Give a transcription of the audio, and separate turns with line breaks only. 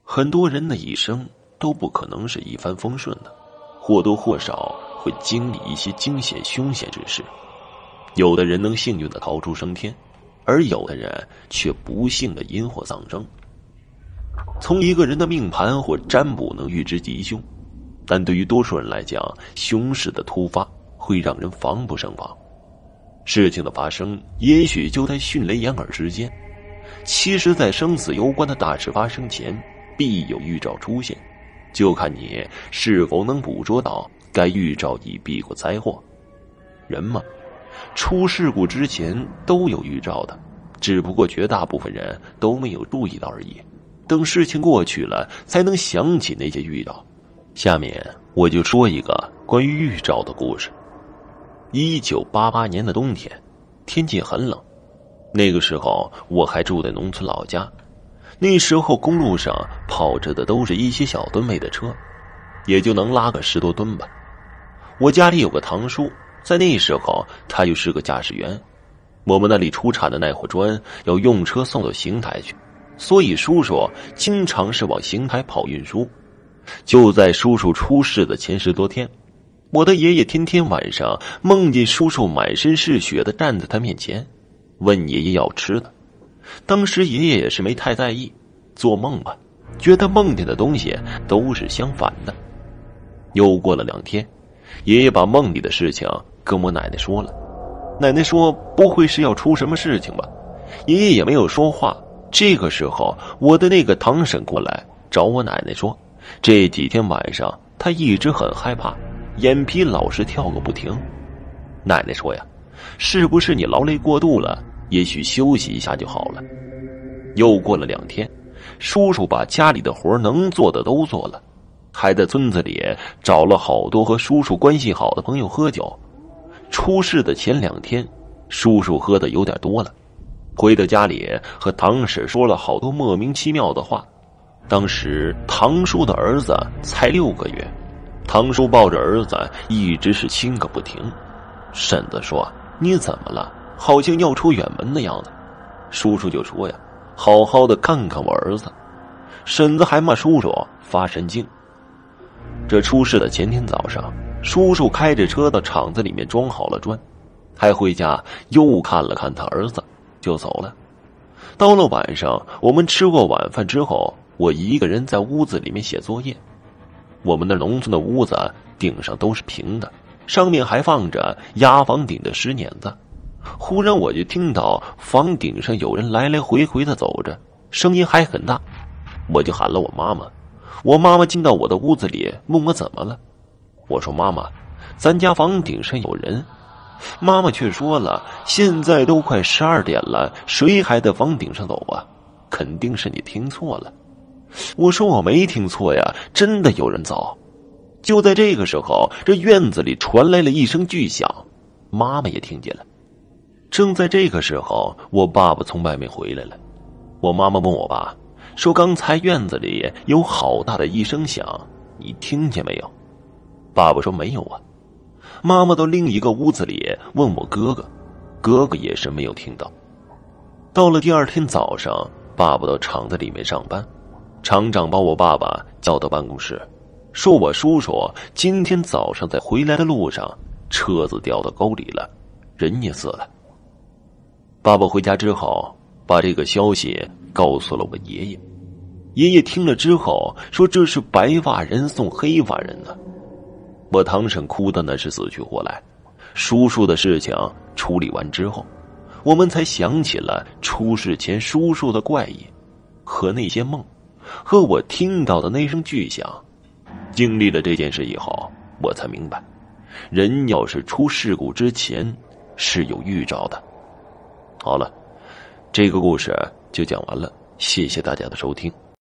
很多人的一生都不可能是一帆风顺的，或多或少会经历一些惊险凶险之事。有的人能幸运的逃出升天，而有的人却不幸的因祸丧生。从一个人的命盘或占卜能预知吉凶，但对于多数人来讲，凶事的突发会让人防不胜防。事情的发生也许就在迅雷掩耳之间，其实在生死攸关的大事发生前必有预兆出现，就看你是否能捕捉到该预兆以避过灾祸。人嘛，出事故之前都有预兆的，只不过绝大部分人都没有注意到而已，等事情过去了才能想起那些预兆。下面我就说一个关于预兆的故事。1988年的冬天，天气很冷，那个时候我还住在农村老家。那时候公路上跑着的都是一些小吨位的车，也就能拉个10多吨吧。我家里有个堂叔，在那时候他就是个驾驶员。我们那里出产的那货砖要用车送到邢台去，所以叔叔经常是往邢台跑运输。就在叔叔出事的前10多天，我的爷爷天天晚上梦见叔叔满身是血的站在他面前，问爷爷要吃的。当时爷爷也是没太在意，做梦吧，觉得梦见的东西都是相反的。又过了2天，爷爷把梦里的事情跟我奶奶说了。奶奶说不会是要出什么事情吧，爷爷也没有说话。这个时候我的那个堂婶过来找我奶奶说，这几天晚上她一直很害怕，眼皮老是跳个不停。奶奶说呀，是不是你劳累过度了，也许休息一下就好了。又过了2天，叔叔把家里的活能做的都做了，还在村子里找了好多和叔叔关系好的朋友喝酒。出事的前2天，叔叔喝的有点多了，回到家里和堂婶说了好多莫名其妙的话。当时堂叔的儿子才6个月，堂叔抱着儿子一直是亲个不停。婶子说，你怎么了，好像要出远门的样子。叔叔就说呀，好好的看看我儿子。婶子还骂叔叔发神经。这出事的前天早上，叔叔开着车到厂子里面装好了砖，还回家又看了看他儿子就走了。到了晚上，我们吃过晚饭之后，我一个人在屋子里面写作业。我们那农村的屋子顶上都是平的，上面还放着压房顶的石碾子。忽然我就听到房顶上有人来来回回的走着，声音还很大。我就喊了我妈妈，我妈妈进到我的屋子里问我怎么了。我说妈妈，咱家房顶上有人。妈妈却说了，现在都快12点了，谁还在房顶上走啊？肯定是你听错了。我说我没听错呀，真的有人走。就在这个时候，这院子里传来了一声巨响，妈妈也听见了。正在这个时候，我爸爸从外面回来了。我妈妈问我爸说，刚才院子里有好大的一声响，你听见没有？爸爸说没有啊。妈妈到另一个屋子里问我哥哥，哥哥也是没有听到。到了第2天早上，爸爸到厂子里面上班，厂长把我爸爸叫到办公室，说我叔叔今天早上在回来的路上，车子掉到沟里了，人也死了。爸爸回家之后，把这个消息告诉了我爷爷。爷爷听了之后说，这是白发人送黑发人呢。我堂婶哭的那是死去活来。叔叔的事情处理完之后，我们才想起了出事前叔叔的怪异和那些梦，和我听到的那声巨响。经历了这件事以后，我才明白，人要是出事故之前是有预兆的。好了，这个故事就讲完了，谢谢大家的收听。